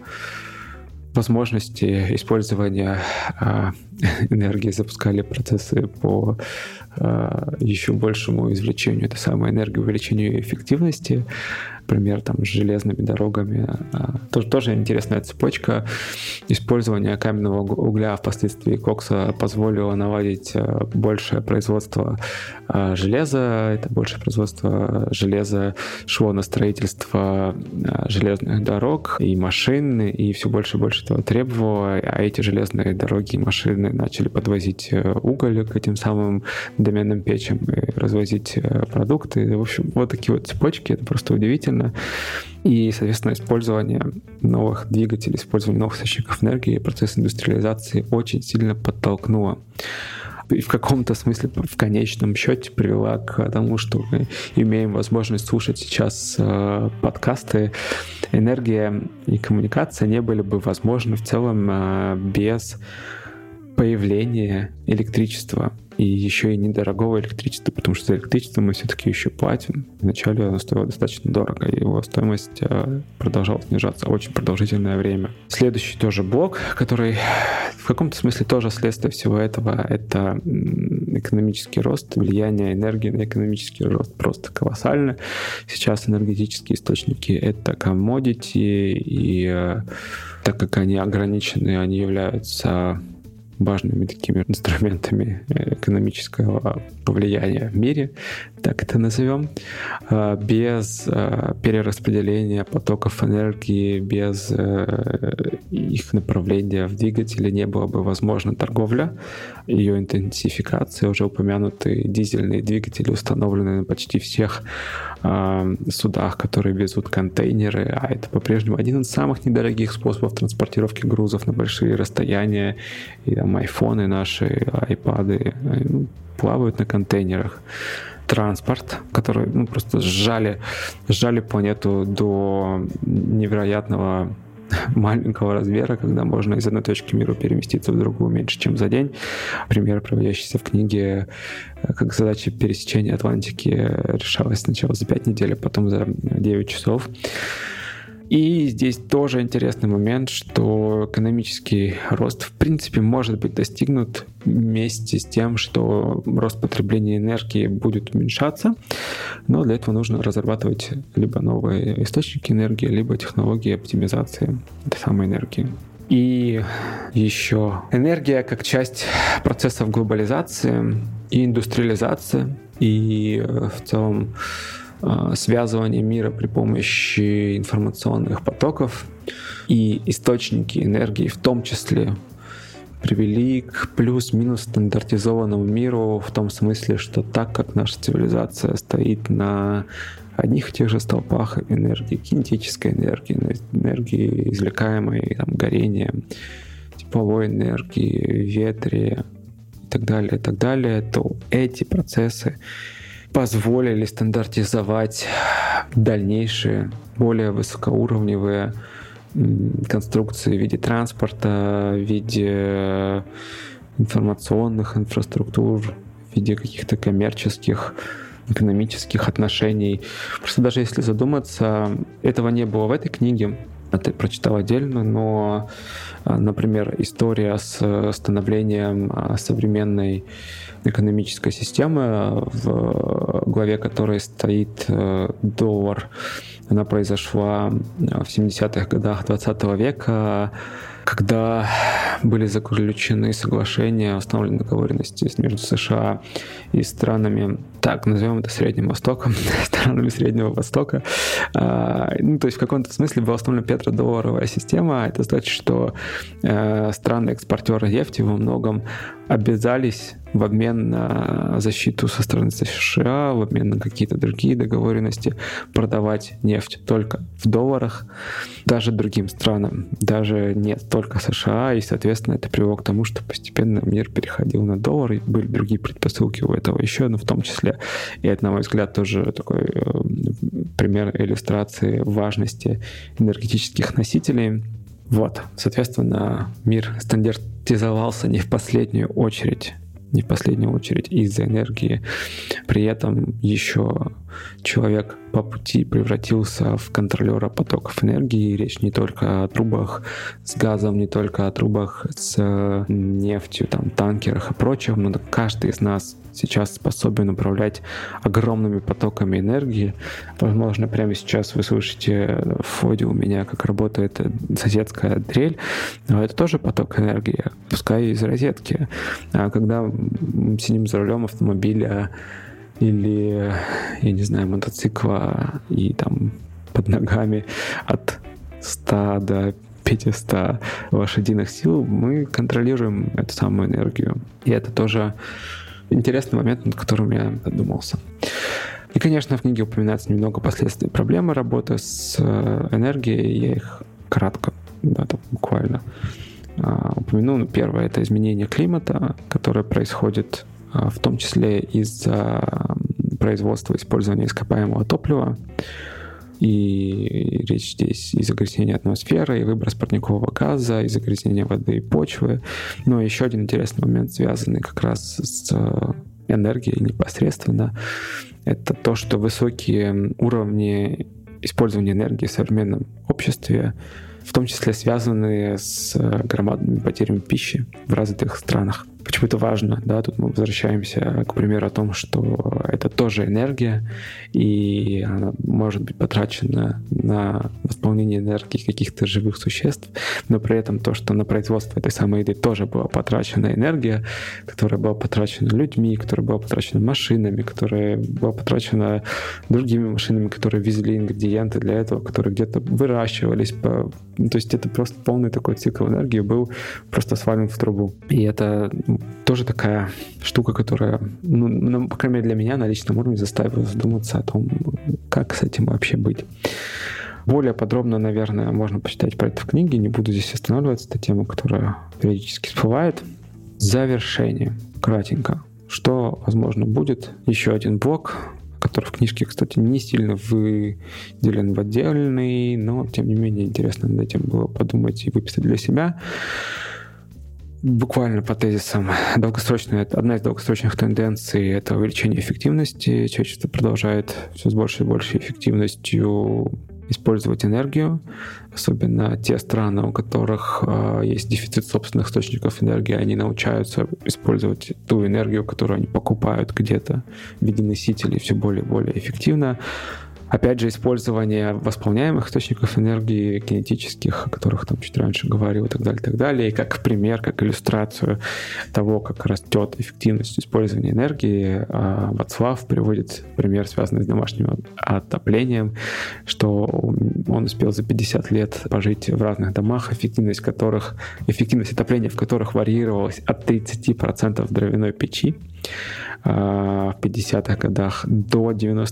возможности использования энергии запускали процессы по еще большему извлечению этой самой энергии, увеличению эффективности. Например, там, с железными дорогами. Тоже интересная цепочка. Использование каменного угля, впоследствии кокса, позволило наладить большее производство железа. Это большее производство железа шло на строительство железных дорог и машин, и все больше и больше этого требовало. А эти железные дороги и машины начали подвозить уголь к этим самым доменным печам и развозить продукты. В общем, вот такие вот цепочки. Это просто удивительно. И, соответственно, использование новых двигателей, использование новых источников энергии, процесс индустриализации очень сильно подтолкнуло и в каком-то смысле в конечном счете привела к тому, что мы имеем возможность слушать сейчас подкасты. Энергия и коммуникация не были бы возможны в целом без появления электричества. И еще и недорогого электричества, потому что за электричество мы все-таки еще платим. Вначале оно стоило достаточно дорого, и его стоимость продолжала снижаться очень продолжительное время. Следующий тоже блок, который в каком-то смысле тоже следствие всего этого, это экономический рост. Влияние энергии на экономический рост просто колоссально. Сейчас энергетические источники — это commodity, и так как они ограничены, они являются важными такими инструментами экономического влияния в мире, так это назовем. Без перераспределения потоков энергии, без их направления в двигатели не было бы возможна торговля, ее интенсификация. Уже упомянутые дизельные двигатели установлены на почти всех судах, которые везут контейнеры, а это по-прежнему один из самых недорогих способов транспортировки грузов на большие расстояния. И там айфоны наши, айпады плавают на контейнерах. Транспорт, который просто сжали планету до невероятного маленького размера, когда можно из одной точки мира переместиться в другую меньше, чем за день. Пример, приводящийся в книге, как задача пересечения Атлантики решалась сначала за 5 недель, а потом за 9 часов. И здесь тоже интересный момент, что экономический рост в принципе может быть достигнут вместе с тем, что рост потребления энергии будет уменьшаться, но для этого нужно разрабатывать либо новые источники энергии, либо технологии оптимизации этой самой энергии. И еще энергия как часть процессов глобализации и индустриализации, и в целом связывание мира при помощи информационных потоков и источники энергии в том числе привели к плюс-минус стандартизованному миру в том смысле, что так как наша цивилизация стоит на одних и тех же столпах энергии, кинетической энергии, извлекаемой горением, тепловой энергии, ветре и так далее, то эти процессы позволили стандартизовать дальнейшие, более высокоуровневые конструкции в виде транспорта, в виде информационных инфраструктур, в виде каких-то коммерческих, экономических отношений. Просто даже если задуматься, этого не было в этой книге, это я прочитал отдельно, но, например, история с становлением современной экономической системы, в главе которой стоит доллар, она произошла в 70-х годах 20 века, когда были заключены соглашения, установлены договоренности между США и странами, так, назовем это Средним Востоком, странами Среднего Востока. То есть в каком-то смысле была установлена петродолларовая система. Это значит, что страны-экспортеры нефти во многом обязались в обмен на защиту со стороны США, в обмен на какие-то другие договоренности продавать нефть только в долларах, даже другим странам, даже не только США, и, соответственно, это привело к тому, что постепенно мир переходил на доллар, и были другие предпосылки у этого еще, но в том числе, и это, на мой взгляд, тоже такой пример иллюстрации важности энергетических носителей. Вот, соответственно, мир стандартизовался не в последнюю очередь из-за энергии. При этом еще человек по пути превратился в контролера потоков энергии. Речь не только о трубах с газом, не только о трубах с нефтью, танкерах и прочем, но каждый из нас сейчас способен управлять огромными потоками энергии. Возможно, прямо сейчас вы слышите в фоне у меня, как работает соседская дрель, но это тоже поток энергии, пускай из розетки. А когда мы сидим за рулем автомобиля или, я не знаю, мотоцикла, и там под ногами от 100 до 500 лошадиных сил, мы контролируем эту самую энергию. И это тоже интересный момент, над которым я задумался. И, конечно, в книге упоминается немного последствий проблемы работы с энергией. Я их кратко, буквально упомяну. Первое — это изменение климата, которое происходит в том числе из-за производства и использования ископаемого топлива. И речь здесь и загрязнение атмосферы, и выброс парникового газа, и загрязнение воды и почвы. Но еще один интересный момент, связанный как раз с энергией непосредственно, это то, что высокие уровни использования энергии в современном обществе в том числе связаны с громадными потерями пищи в развитых странах. Почему это важно? Да, тут мы возвращаемся к примеру о том, что это тоже энергия, и она может быть потрачена на восполнение энергии каких-то живых существ, но при этом то, что на производство этой самой еды тоже была потрачена энергия, которая была потрачена людьми, которая была потрачена машинами, которая была потрачена другими машинами, которые везли ингредиенты для этого, которые где-то выращивались. То есть это просто полный такой цикл энергии был просто свален в трубу. И это тоже такая штука, которая, по крайней мере для меня на личном уровне заставила задуматься о том, как с этим вообще быть. Более подробно, наверное, можно почитать про это в книге, не буду здесь останавливаться, это тема, которая периодически всплывает. Завершение. Кратенько. Что, возможно, будет? Еще один блок, который в книжке, кстати, не сильно выделен в отдельный, но, тем не менее, интересно над этим было подумать и выписать для себя. Буквально по тезисам. Одна из долгосрочных тенденций — это увеличение эффективности. Человечество продолжает все с большей и большей эффективностью использовать энергию, особенно те страны, у которых есть дефицит собственных источников энергии, они научаются использовать ту энергию, которую они покупают где-то в виде носителей все более и более эффективно. Опять же, использование восполняемых источников энергии, кинетических, о которых там чуть раньше говорил, и так далее, и как пример, как иллюстрацию того, как растет эффективность использования энергии, Вацлав приводит пример, связанный с домашним отоплением, что он успел за 50 лет пожить в разных домах, эффективность отопления в которых варьировалась от 30% дровяной печи в 50-х годах до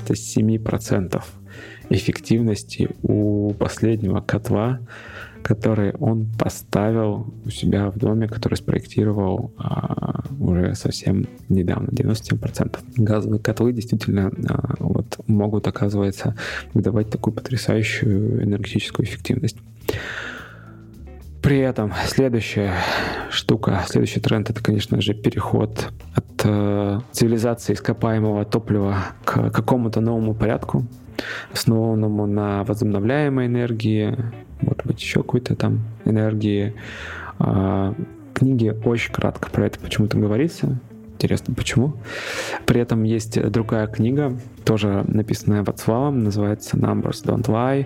97% эффективности у последнего котла, который он поставил у себя в доме, который спроектировал уже совсем недавно, 97%. Газовые котлы действительно могут, оказывается, выдавать такую потрясающую энергетическую эффективность. При этом следующий тренд — это, конечно же, переход от цивилизации ископаемого топлива к какому-то новому порядку, основанному на возобновляемой энергии, может быть, еще какой-то там энергии. В книге очень кратко про это почему-то говорится. Интересно, почему. При этом есть другая книга, тоже написанная Вацлавом, называется «Numbers Don't Lie».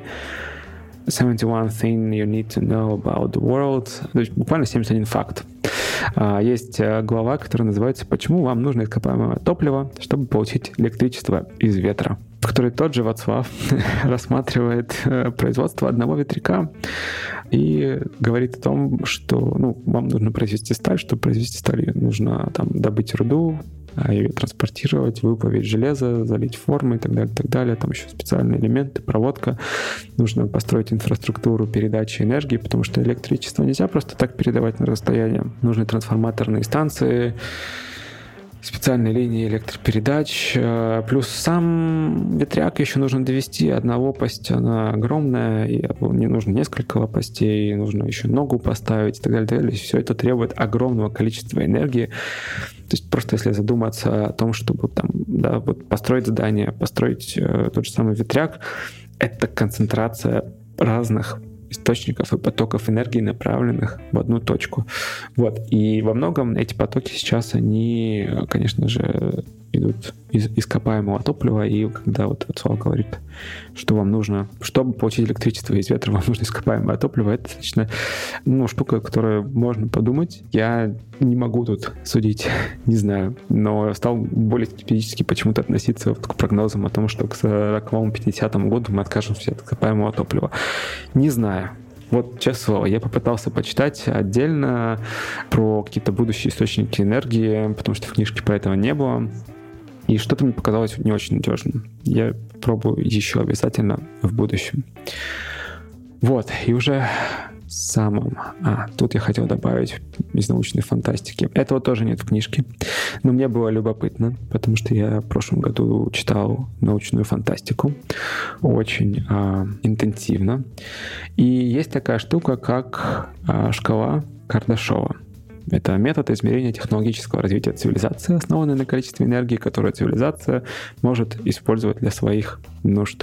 71 thing you need to know about the world. То есть буквально 71 факт. Есть глава, которая называется «Почему вам нужно ископаемое топливо, чтобы получить электричество из ветра», в которой тот же Вацлав рассматривает производство одного ветряка и говорит о том, что вам нужно произвести сталь. Чтобы произвести сталь, нужно добыть руду, ее транспортировать, выплавить железо, залить формы и так далее. Там еще специальные элементы, проводка. Нужно построить инфраструктуру передачи энергии, потому что электричество нельзя просто так передавать на расстояние. Нужны трансформаторные станции, специальные линии электропередач, плюс сам ветряк еще нужно довести. Одна лопасть, она огромная, и не нужно несколько лопастей, нужно еще ногу поставить и так далее. Все это требует огромного количества энергии. То есть просто если задуматься о том, чтобы построить здание, построить тот же самый ветряк, это концентрация разных источников и потоков энергии, направленных в одну точку. И во многом эти потоки сейчас, они, конечно же, идут из ископаемого топлива, и когда Вацлав говорит, что вам нужно, чтобы получить электричество из ветра, вам нужно ископаемое топливо, это достаточно штука, которую можно подумать. Я не могу тут судить, не знаю, но стал более скептически почему-то относиться к прогнозам о том, что к 40-50 году мы откажемся от ископаемого топлива. Не знаю. Честное слово, я попытался почитать отдельно про какие-то будущие источники энергии, потому что в книжке про этого не было. И что-то мне показалось не очень надежным. Я пробую еще обязательно в будущем. И уже самом... Тут я хотел добавить из научной фантастики. Этого тоже нет в книжке, но мне было любопытно, потому что я в прошлом году читал научную фантастику очень интенсивно. И есть такая штука, как шкала Кардашова. Это метод измерения технологического развития цивилизации, основанный на количестве энергии, которую цивилизация может использовать для своих нужд.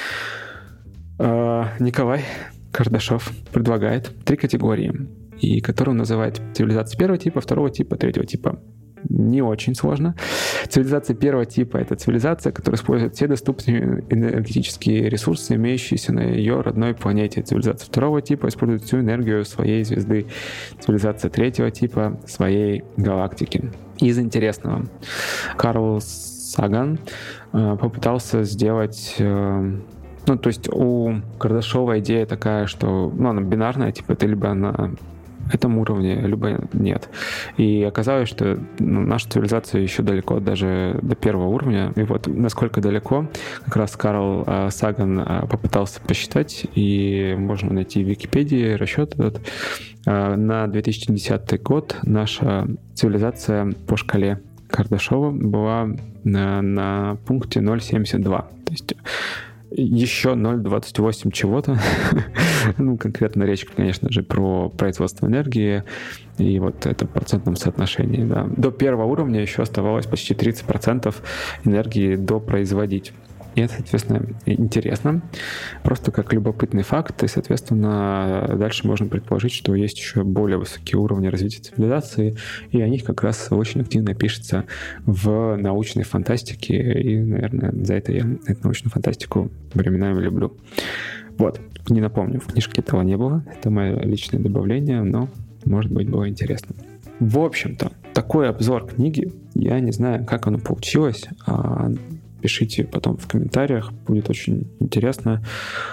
Николай Кардашов предлагает 3 категории, и которые он называет цивилизацией первого типа, второго типа, третьего типа. Не очень сложно. Цивилизация первого типа — это цивилизация, которая использует все доступные энергетические ресурсы, имеющиеся на ее родной планете. Цивилизация второго типа использует всю энергию своей звезды. Цивилизация третьего типа — своей галактики. Из интересного. Карл Саган попытался сделать... то есть у Кардашова идея такая, что она бинарная, типа ты либо на этом уровне, либо нет. И оказалось, что наша цивилизация еще далеко даже до первого уровня. И вот насколько далеко, как раз Карл Саган попытался посчитать, и можно найти в Википедии расчет этот. На 2010 год наша цивилизация по шкале Кардашова была на пункте 0,72. То есть еще 0,28 чего-то. Конкретно речь, конечно же, про производство энергии. И вот это в процентном соотношении. Да. До первого уровня еще оставалось почти 30% энергии допроизводить. И это, соответственно, интересно. Просто как любопытный факт. И, соответственно, дальше можно предположить, что есть еще более высокие уровни развития цивилизации, и о них как раз очень активно пишется в научной фантастике. И, наверное, за это я эту научную фантастику временами люблю. Вот. Не напомню, в книжке этого не было. Это мое личное добавление, но, может быть, было интересно. В общем-то, такой обзор книги. Я не знаю, как оно получилось. Пишите потом в комментариях, будет очень интересно.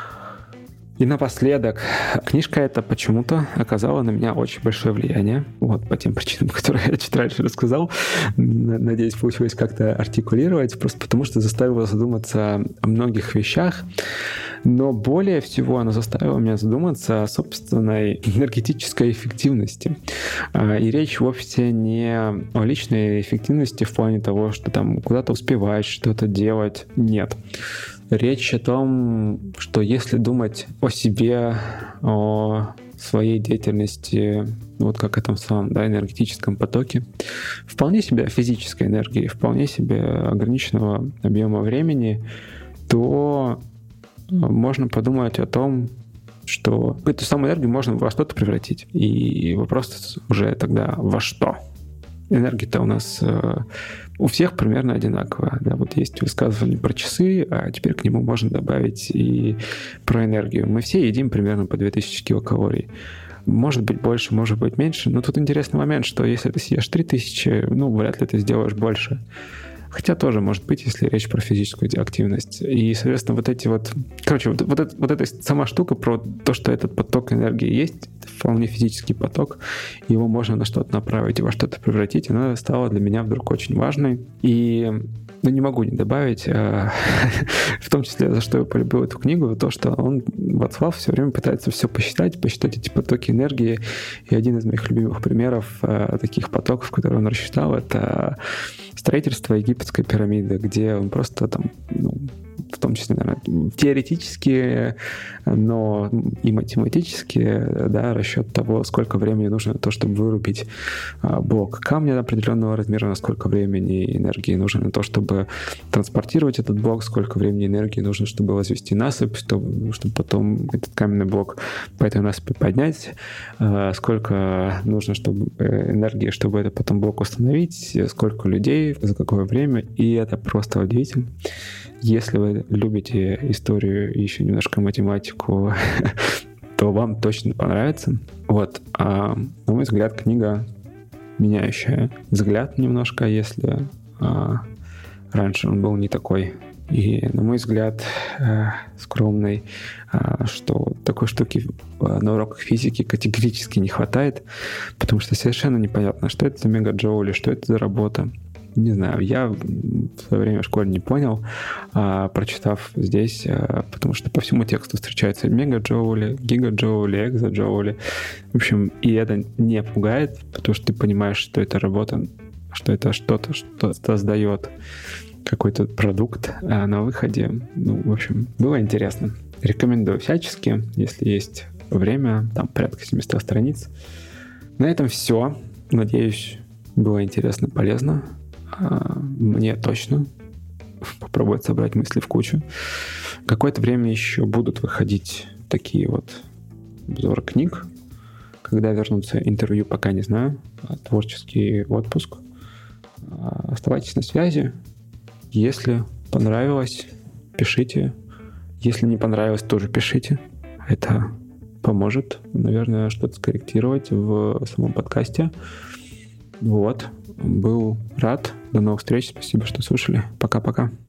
И напоследок, книжка эта почему-то оказала на меня очень большое влияние. Вот, по тем причинам, которые я чуть раньше рассказал. Надеюсь, получилось как-то артикулировать, просто потому что заставила задуматься о многих вещах. Но более всего она заставила меня задуматься о собственной энергетической эффективности. И речь вовсе не о личной эффективности в плане того, что там куда-то успевать, что-то делать. Нет. Речь о том, что если думать о себе, о своей деятельности, вот как этом самом энергетическом потоке, вполне себе физической энергии, вполне себе ограниченного объема времени, то можно подумать о том, что эту самую энергию можно во что-то превратить. И вопрос уже тогда во что? Энергия-то у нас у всех примерно одинаковая. Да, вот есть высказывание про часы, а теперь к нему можно добавить и про энергию. Мы все едим примерно по 2000 килокалорий. Может быть больше, может быть меньше. Но тут интересный момент, что если ты съешь 3000, вряд ли ты сделаешь больше. Хотя тоже может быть, если речь про физическую активность. И, соответственно, вот эти вот... Короче, вот эта сама штука про то, что этот поток энергии есть, это вполне физический поток, его можно на что-то направить и во что-то превратить, она стала для меня вдруг очень важной. И не могу не добавить, в том числе, за что я полюбил эту книгу, то, что Вацлав все время пытается все посчитать эти потоки энергии. И один из моих любимых примеров таких потоков, которые он рассчитал, это строительство египетской пирамиды, где он просто там, в том числе, наверное, теоретически, но и математически, расчет того, сколько времени нужно на то, чтобы вырубить блок камня определенного размера, на сколько времени энергии нужно на то, чтобы транспортировать этот блок, сколько времени и энергии нужно, чтобы возвести насыпь, чтобы потом этот каменный блок по этой насыпи поднять, сколько нужно энергии, чтобы это потом блок установить, сколько людей, за какое время, и это просто удивительно. Если вы любите историю и еще немножко математику, то вам точно понравится. Вот. На мой взгляд, книга меняющая взгляд немножко, если раньше он был не такой. И, на мой взгляд, скромный, что такой штуки на уроках физики категорически не хватает, потому что совершенно непонятно, что это за мегаджоули, что это за работа. не знаю, я в свое время в школе не понял, прочитав здесь, потому что по всему тексту встречаются мегаджоули, гигаджоули, экзаджоули. В общем, и это не пугает, потому что ты понимаешь, что это работа, что это что-то, что создает какой-то продукт на выходе. Ну, в общем, было интересно. Рекомендую всячески, если есть время, там порядка 700 страниц. На этом все. Надеюсь, было интересно, полезно. Мне точно. Попробовать собрать мысли в кучу. Какое-то время еще будут выходить такие вот обзоры книг. Когда вернутся интервью, пока не знаю. Творческий отпуск. Оставайтесь на связи. Если понравилось, пишите. Если не понравилось, тоже пишите. Это поможет, наверное, что-то скорректировать в самом подкасте. Вот. Был рад. До новых встреч. Спасибо, что слушали. Пока-пока.